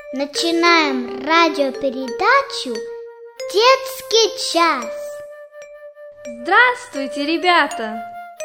Начинаем радиопередачу «Детский час». Здравствуйте, ребята!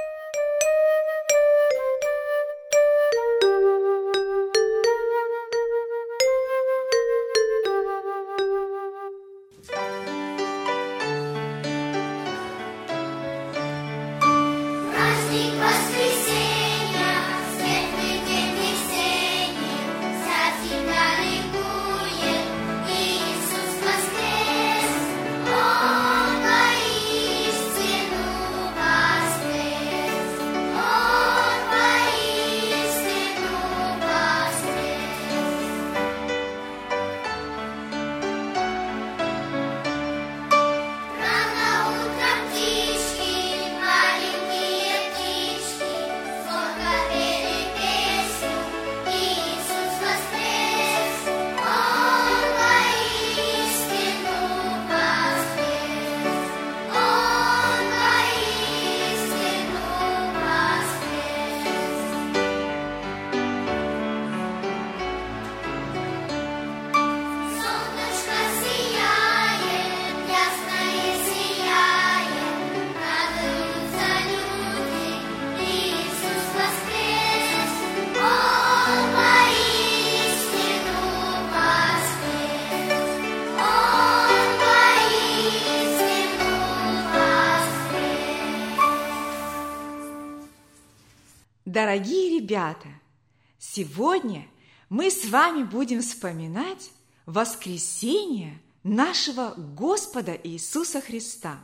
Дорогие ребята, сегодня мы с вами будем вспоминать воскресение нашего Господа Иисуса Христа.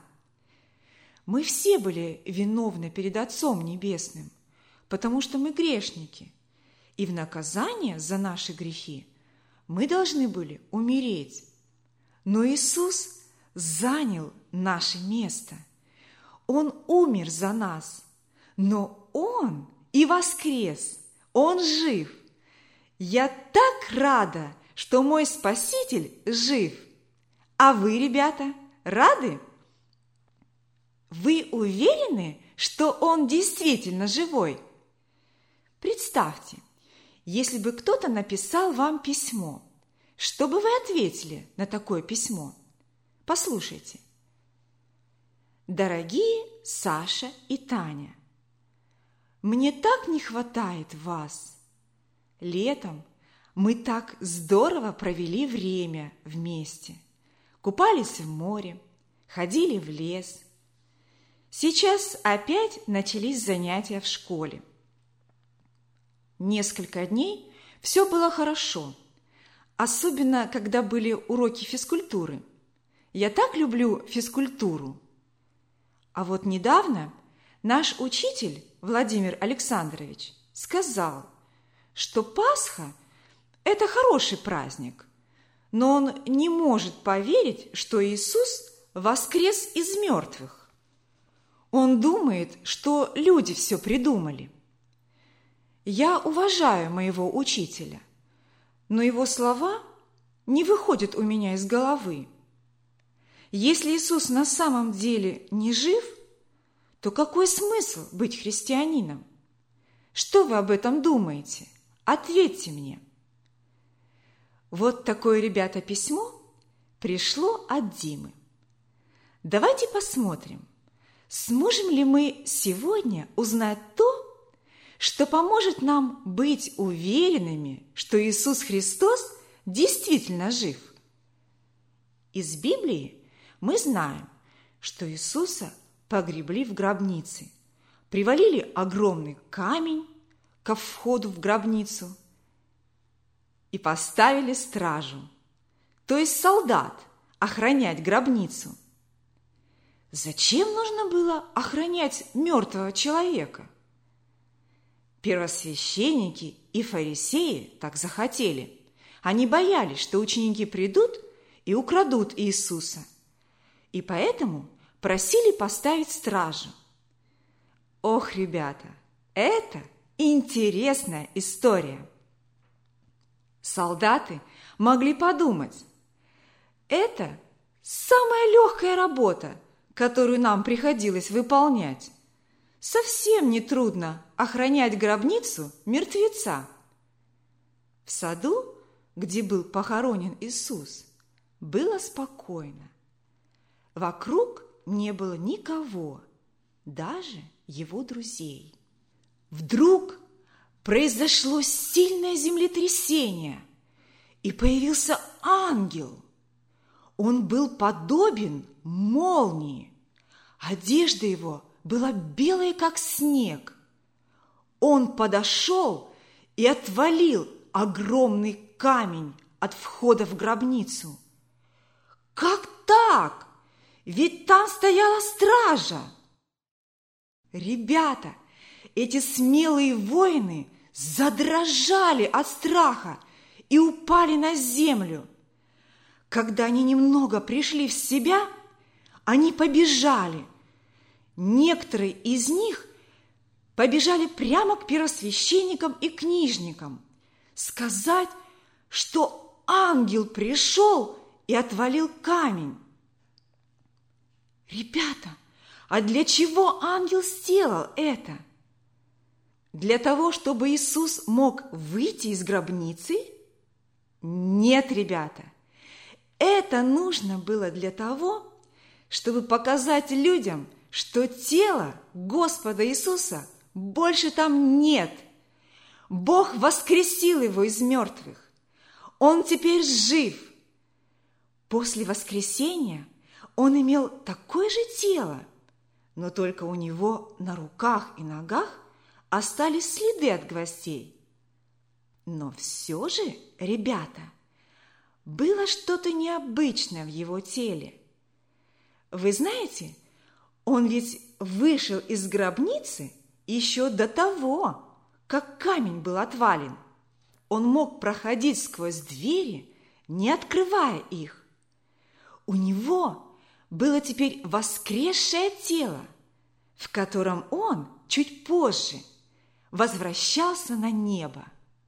Мы все были виновны перед Отцом Небесным, потому что мы грешники, и в наказание за наши грехи мы должны были умереть. Но Иисус занял наше место. Он умер за нас, но Он и воскрес, Он жив. Я так рада, что мой Спаситель жив. А вы, ребята, рады? Вы уверены, что Он действительно живой? Представьте, если бы кто-то написал вам письмо, что бы вы ответили на такое письмо? Послушайте. Дорогие Саша и Таня, мне так не хватает вас. Летом мы так здорово провели время вместе. Купались в море, ходили в лес. Сейчас опять начались занятия в школе. Несколько дней все было хорошо, особенно когда были уроки физкультуры. Я так люблю физкультуру. А вот недавно наш учитель Владимир Александрович сказал, что Пасха – это хороший праздник, но он не может поверить, что Иисус воскрес из мертвых. Он думает, что люди все придумали. Я уважаю моего учителя, но его слова не выходят у меня из головы. Если Иисус на самом деле не жив, то какой смысл быть христианином? Что вы об этом думаете? Ответьте мне. Вот такое, ребята, письмо пришло от Димы. Давайте посмотрим, сможем ли мы сегодня узнать то, что поможет нам быть уверенными, что Иисус Христос действительно жив. Из Библии мы знаем, что Иисуса погребли в гробнице, привалили огромный камень ко входу в гробницу и поставили стражу, то есть солдат, охранять гробницу. Зачем нужно было охранять мертвого человека? Первосвященники и фарисеи так захотели. Они боялись, что ученики придут и украдут Иисуса, и поэтому просили поставить стражу. Ох, ребята, это интересная история. Солдаты могли подумать, это самая легкая работа, которую нам приходилось выполнять. Совсем не трудно охранять гробницу мертвеца. В саду где был похоронен Иисус, было спокойно. Вокруг не было никого, даже его друзей. Вдруг произошло сильное землетрясение, и появился ангел. Он был подобен молнии. Одежда его была белая, как снег. Он подошел и отвалил огромный камень от входа в гробницу. Как так? Ведь там стояла стража. Ребята, эти смелые воины задрожали от страха и упали на землю. Когда они немного пришли в себя, они побежали. Некоторые из них побежали прямо к первосвященникам и книжникам сказать, что ангел пришел и отвалил камень. Ребята, а для чего ангел сделал это? Для того, чтобы Иисус мог выйти из гробницы? Нет, ребята, это нужно было для того, чтобы показать людям, что тела Господа Иисуса больше там нет. Бог воскресил его из мертвых. Он теперь жив. После воскресения он имел такое же тело, но только у него на руках и ногах остались следы от гвоздей. Но все же, ребята, было что-то необычное в его теле. Вы знаете, он ведь вышел из гробницы еще до того, как камень был отвален. Он мог проходить сквозь двери, не открывая их. У него было теперь воскресшее тело, в котором он чуть позже возвращался на небо.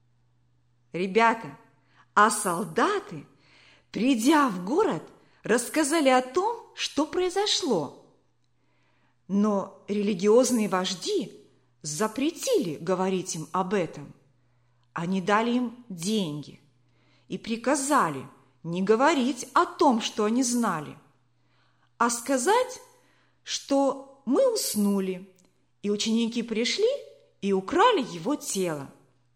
Ребята, а солдаты, придя в город, рассказали о том, что произошло. Но религиозные вожди запретили говорить им об этом. Они дали им деньги и приказали не говорить о том, что они знали, а сказать, что мы уснули, и ученики пришли и украли его тело.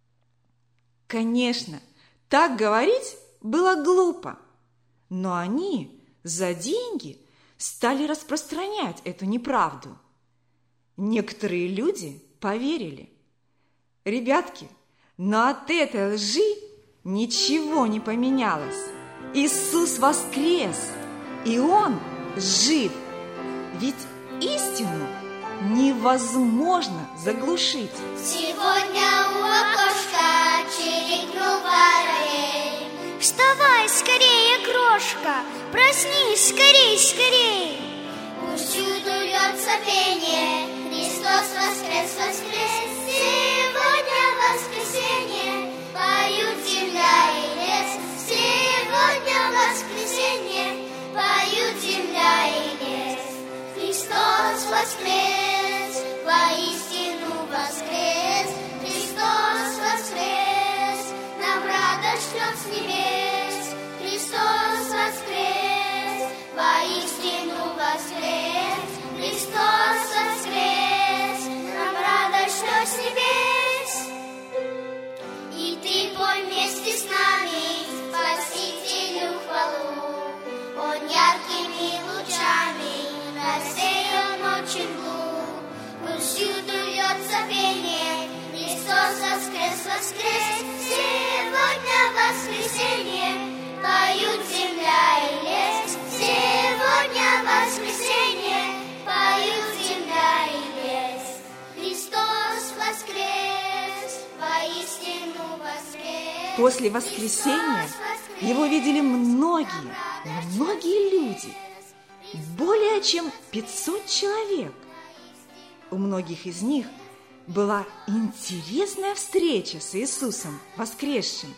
Конечно, так говорить было глупо, но они за деньги стали распространять эту неправду. Некоторые люди поверили. Ребятки, но от этой лжи ничего не поменялось. Иисус воскрес, и Он жив. Ведь истину невозможно заглушить. Сегодня у окошка чирикнул воробей. Вставай скорее, крошка, проснись скорей, скорей. Пусть чуду льется пение, Христос воскрес, воскрес. Сегодня воскресенье, поют земля и лес. Сегодня воскресенье, поют земля и лес. Христос воскрес, воистину воскрес. Христос воскрес, нам радость шлет с небес. Христос воскрес, воистину воскрес. Христос воскрес, нам радость шлет с небес. И ты пой вместе с нами Спасителю хвалу. Он яркими лучами рассеял ночи мглу. Пусть всюду льется пение, Христос воскрес, воскрес. Сегодня воскресенье, поют земля и лес. Сегодня воскресенье, поют земля и лес. Христос воскрес, воистину воскрес. После воскресения его видели многие люди, более чем 500 человек. У многих из них была интересная встреча с Иисусом воскресшим.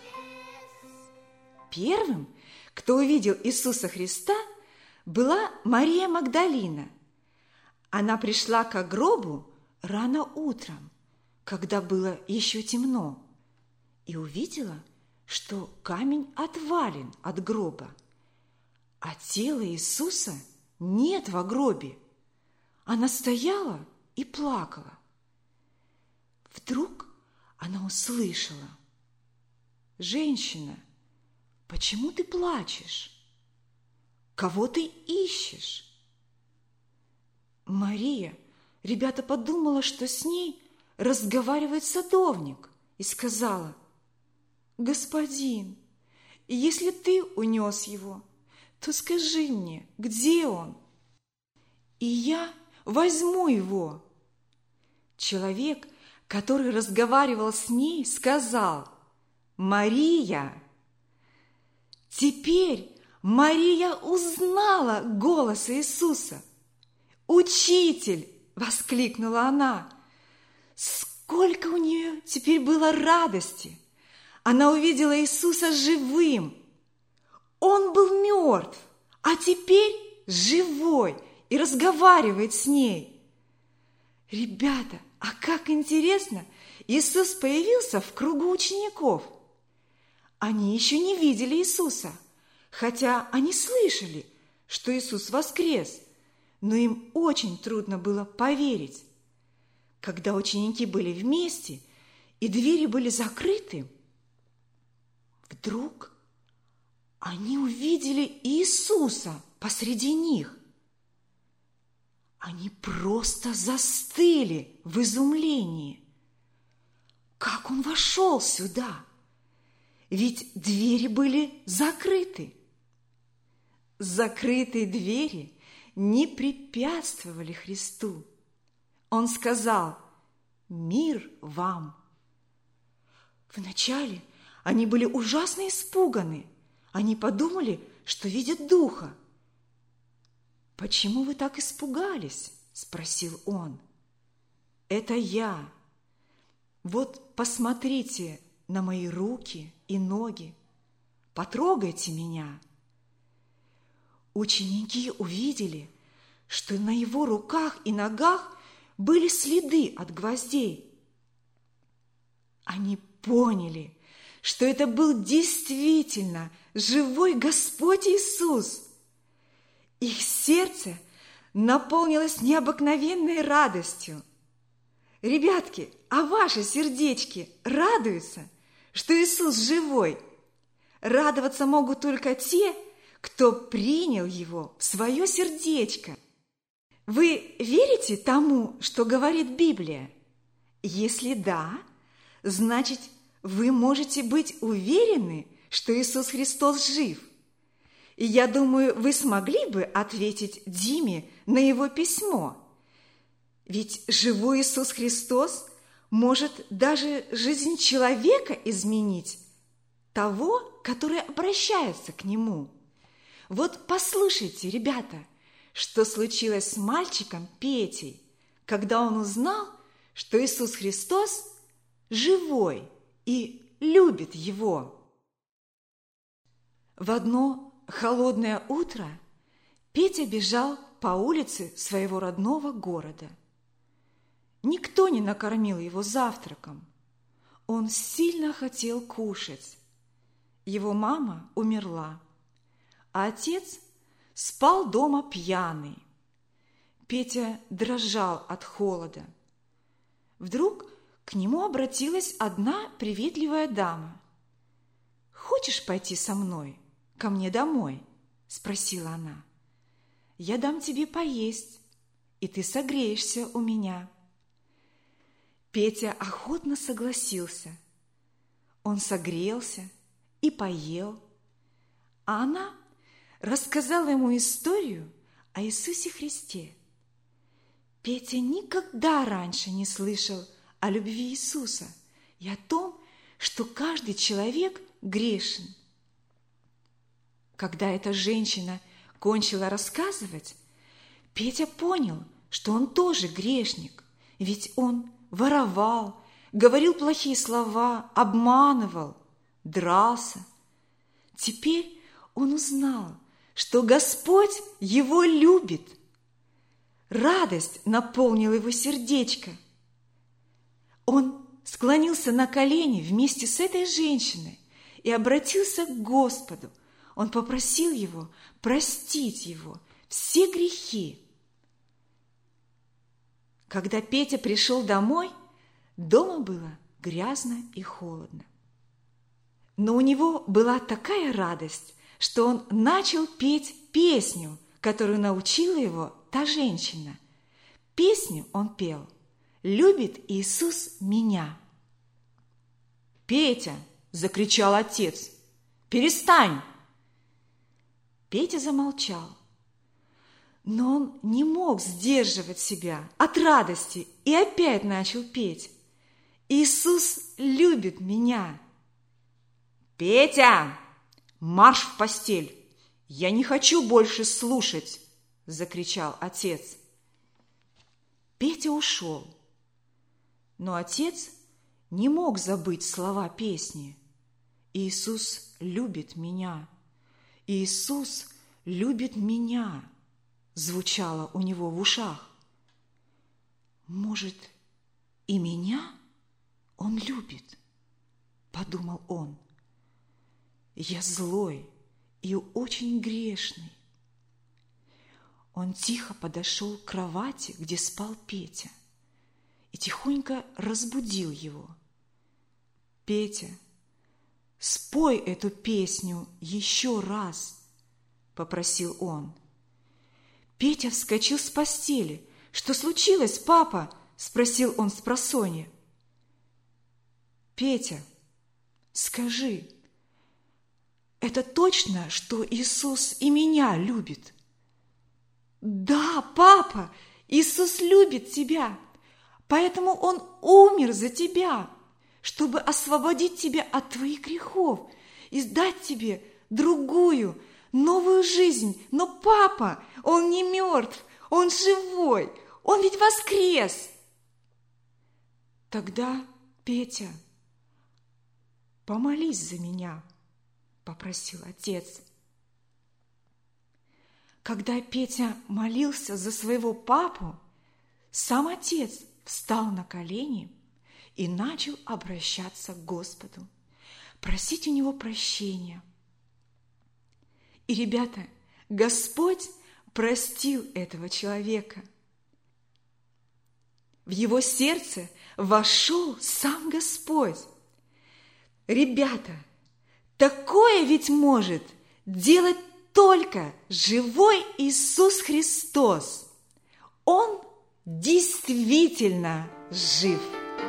Первым, кто увидел Иисуса Христа, была Мария Магдалина. Она пришла к гробу рано утром, когда было еще темно, и увидела, что камень отвален от гроба, а тела Иисуса нет во гробе. Она стояла и плакала. Вдруг она услышала: «Женщина, почему ты плачешь? Кого ты ищешь?» Мария, ребята, подумала, что с ней разговаривает садовник, и сказала: «Господин, если ты унес его, то скажи мне, где он, и я возьму его». Человек, который разговаривал с ней, сказал: «Мария!» Теперь Мария узнала голос Иисуса. «Учитель!» – воскликнула она. Сколько у нее теперь было радости! Она увидела Иисуса живым. Он был мертв, а теперь живой и разговаривает с ней. Ребята, а как интересно! Иисус появился в кругу учеников. Они еще не видели Иисуса, хотя они слышали, что Иисус воскрес, но им очень трудно было поверить. Когда ученики были вместе и двери были закрыты, вдруг они увидели Иисуса посреди них. Они просто застыли в изумлении. Как он вошел сюда? Ведь двери были закрыты. Закрытые двери не препятствовали Христу. Он сказал: «Мир вам». Вначале они были ужасно испуганы. Они подумали, что видят духа. «Почему вы так испугались?» – спросил он. «Это я. Вот посмотрите на мои руки и ноги. Потрогайте меня». Ученики увидели, что на его руках и ногах были следы от гвоздей. Они поняли, что это был действительно живой Господь Иисус. Их сердце наполнилось необыкновенной радостью. Ребятки, а ваши сердечки радуются, что Иисус живой? Радоваться могут только те, кто принял Его в свое сердечко. Вы верите тому, что говорит Библия? Если да, значит, вы можете быть уверены, что Иисус Христос жив. И я думаю, вы смогли бы ответить Диме на его письмо. Ведь живой Иисус Христос может даже жизнь человека изменить, того, который обращается к Нему. Вот послушайте, ребята, что случилось с мальчиком Петей, когда он узнал, что Иисус Христос живой и любит его. В одно холодное утро Петя бежал по улице своего родного города. Никто не накормил его завтраком. Он сильно хотел кушать. Его мама умерла, а отец спал дома пьяный. Петя дрожал от холода. Вдруг к нему обратилась одна приветливая дама. «Хочешь пойти со мной ко мне домой?» – спросила она. «Я дам тебе поесть, и ты согреешься у меня». Петя охотно согласился. Он согрелся и поел, а она рассказала ему историю о Иисусе Христе. Петя никогда раньше не слышал о любви Иисуса и о том, что каждый человек грешен. Когда эта женщина кончила рассказывать, Петя понял, что он тоже грешник, ведь он воровал, говорил плохие слова, обманывал, дрался. Теперь он узнал, что Господь его любит. Радость наполнила его сердечко. Он склонился на колени вместе с этой женщиной и обратился к Господу. Он попросил его простить его все грехи. Когда Петя пришел домой, дома было грязно и холодно. Но у него была такая радость, что он начал петь песню, которую научила его та женщина. Песню он пел «Любит Иисус меня». «Петя!» – закричал отец. «Перестань!» Петя замолчал. Но он не мог сдерживать себя от радости и опять начал петь. «Иисус любит меня». «Петя, марш в постель! Я не хочу больше слушать!» – закричал отец. Петя ушел, но отец не мог забыть слова песни. «Иисус любит меня! Иисус любит меня!» звучало у него в ушах. «Может, и меня он любит?» – подумал он. «Я злой и очень грешный». Он тихо подошел к кровати, где спал Петя, и тихонько разбудил его. «Петя, спой эту песню еще раз», – попросил он. Петя вскочил с постели. «Что случилось, папа?» – спросил он спросонья. «Петя, скажи, это точно, что Иисус и меня любит?» «Да, папа, Иисус любит тебя, поэтому Он умер за тебя, чтобы освободить тебя от твоих грехов и дать тебе другую, новую жизнь. Но, папа, Он не мертв, Он живой, Он ведь воскрес!» «Тогда, Петя, помолись за меня», – попросил отец. Когда Петя молился за своего папу, сам отец встал на колени и начал обращаться к Господу, просить у него прощения. И, ребята, Господь простил этого человека. В его сердце вошел сам Господь. Ребята, такое ведь может делать только живой Иисус Христос. Он действительно жив.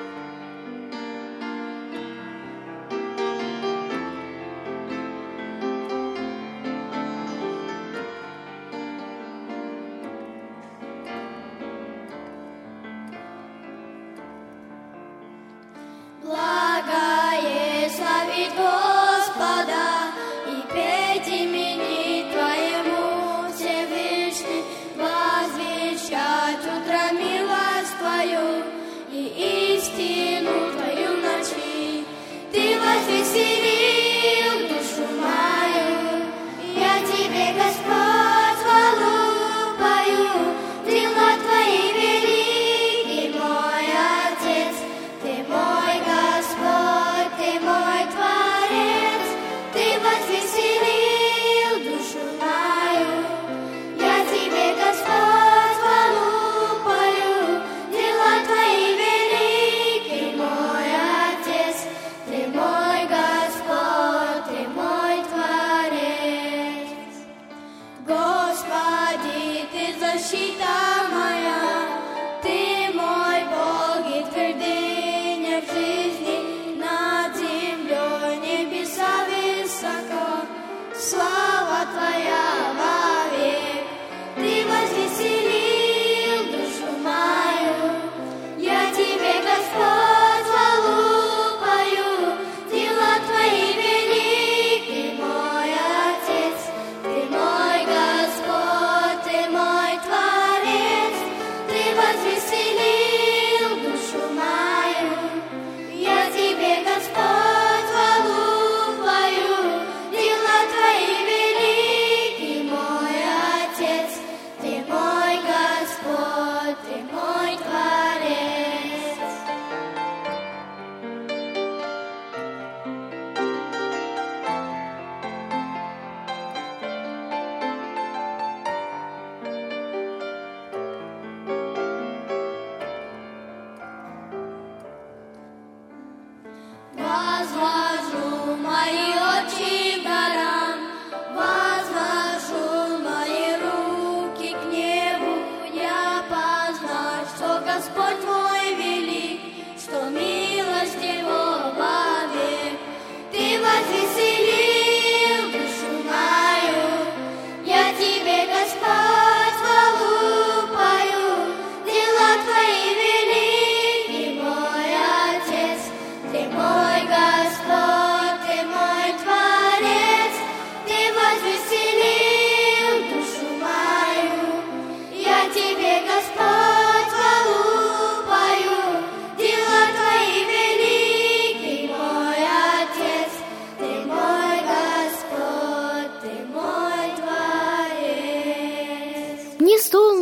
Благое славить Господа и петь имени Твоему, Всевышний, возвещать утро милость Твою и истину Твою в ночи. Ты возвеселил душу мою, я Тебе, Господь, хвалу пою. Дела Твои велики, мой Отец, Ты мой Господь.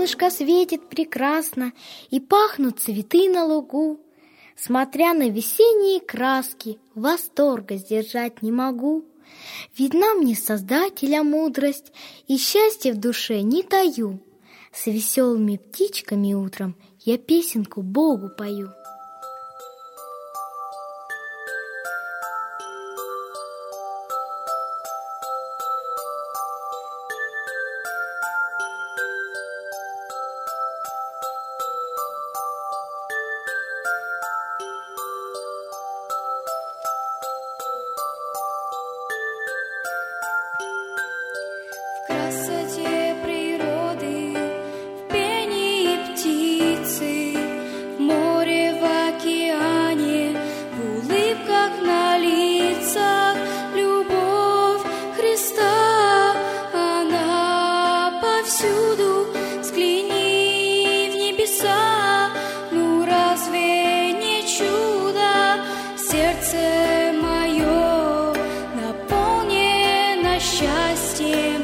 солнышко светит прекрасно, и пахнут цветы на лугу. Смотря на весенние краски, восторга сдержать не могу. Видна мне Создателя мудрость, и счастье в душе не таю. С веселыми птичками утром я песенку Богу пою. Красоте природы, в пении птицы, в море, в океане, в улыбках на лицах, любовь Христа, она повсюду. Взгляни в небеса, ну разве не чудо? Сердце мое наполнено счастьем.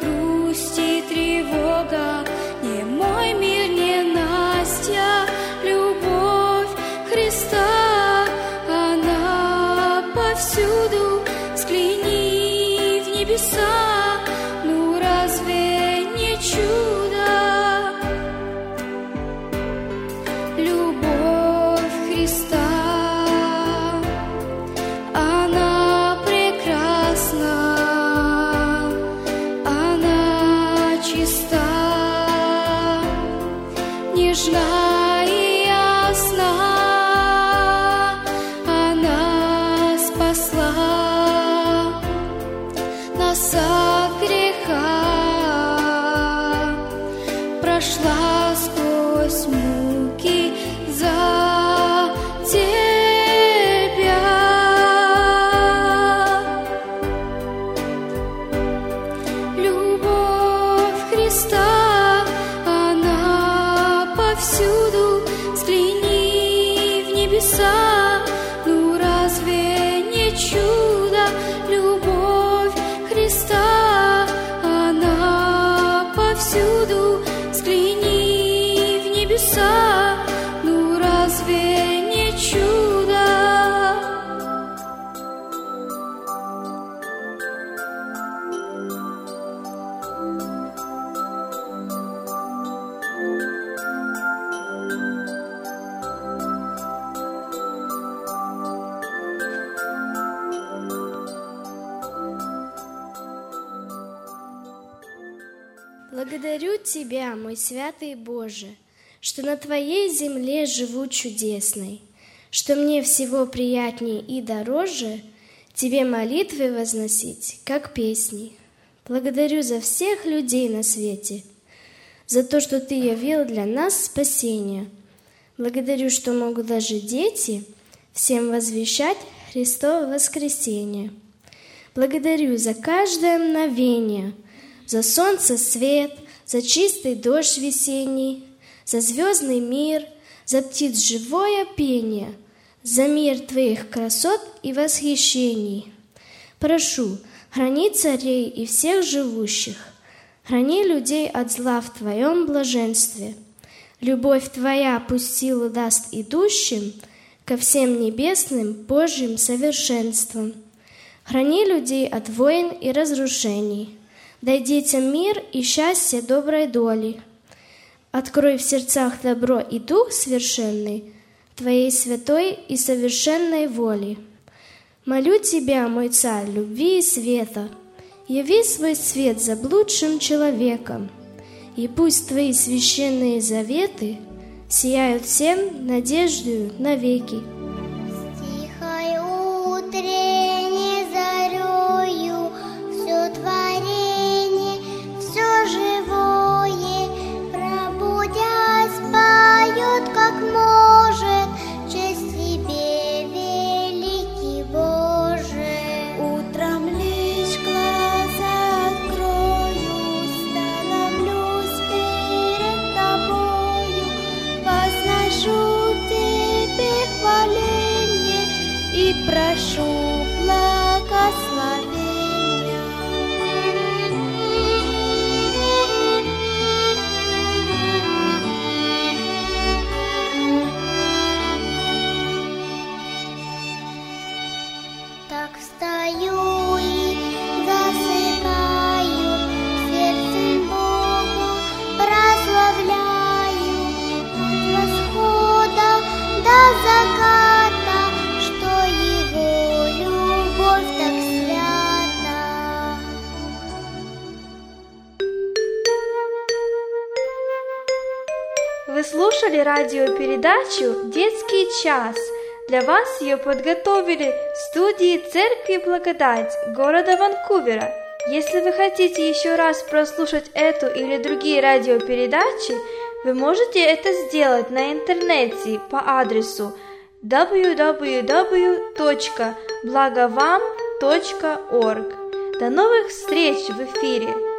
Тревога, не мой мир, не Настя, любовь Христа, она повсюду. Взгляни в небеса, ну разве не чудо? Любовь Христа, она прекрасна. Нежна и ясна, она спасла нас от греха, прошла сквозь муки за тебя. Любовь Христа, повсюду. Взгляни в небеса, ну разве не чудо? Любовь Христа, она повсюду. Взгляни в небеса, ну разве не чудо? Благодарю Тебя, мой святый Боже, что на Твоей земле живу чудесной, что мне всего приятней и дороже Тебе молитвы возносить, как песни. Благодарю за всех людей на свете, за то, что Ты явил для нас спасение. Благодарю, что могут даже дети всем возвещать Христово воскресение. Благодарю за каждое мгновение, за солнце свет, за чистый дождь весенний, за звездный мир, за птиц живое пение, за мир Твоих красот и восхищений. Прошу, храни царей и всех живущих, храни людей от зла в Твоем блаженстве. Любовь Твоя пусть силу даст идущим ко всем небесным Божьим совершенствам. Храни людей от войн и разрушений. Дай детям мир и счастье доброй доли. Открой в сердцах добро и дух совершенный Твоей святой и совершенной воли. Молю Тебя, мой Царь любви и света, яви свой свет заблудшим человеком, и пусть Твои священные заветы сияют всем надеждою навеки. Тихой утренней зарею все творение, все живое, пробудясь, поет, как может, честь Тебе, великий Боже. Утром лишь глаза открою, становлюсь перед Тобою, возношу Тебе хваление и прошу благословения. встаю и засыпаю, сердцем Бога прославляю от восхода до заката, что Его любовь так свята. Вы слушали радиопередачу «Детский час». Для вас ее подготовили в студии Церкви Благодать города Ванкувера. Если вы хотите еще раз прослушать эту или другие радиопередачи, вы можете это сделать на интернете по адресу www.blagovam.org. До новых встреч в эфире!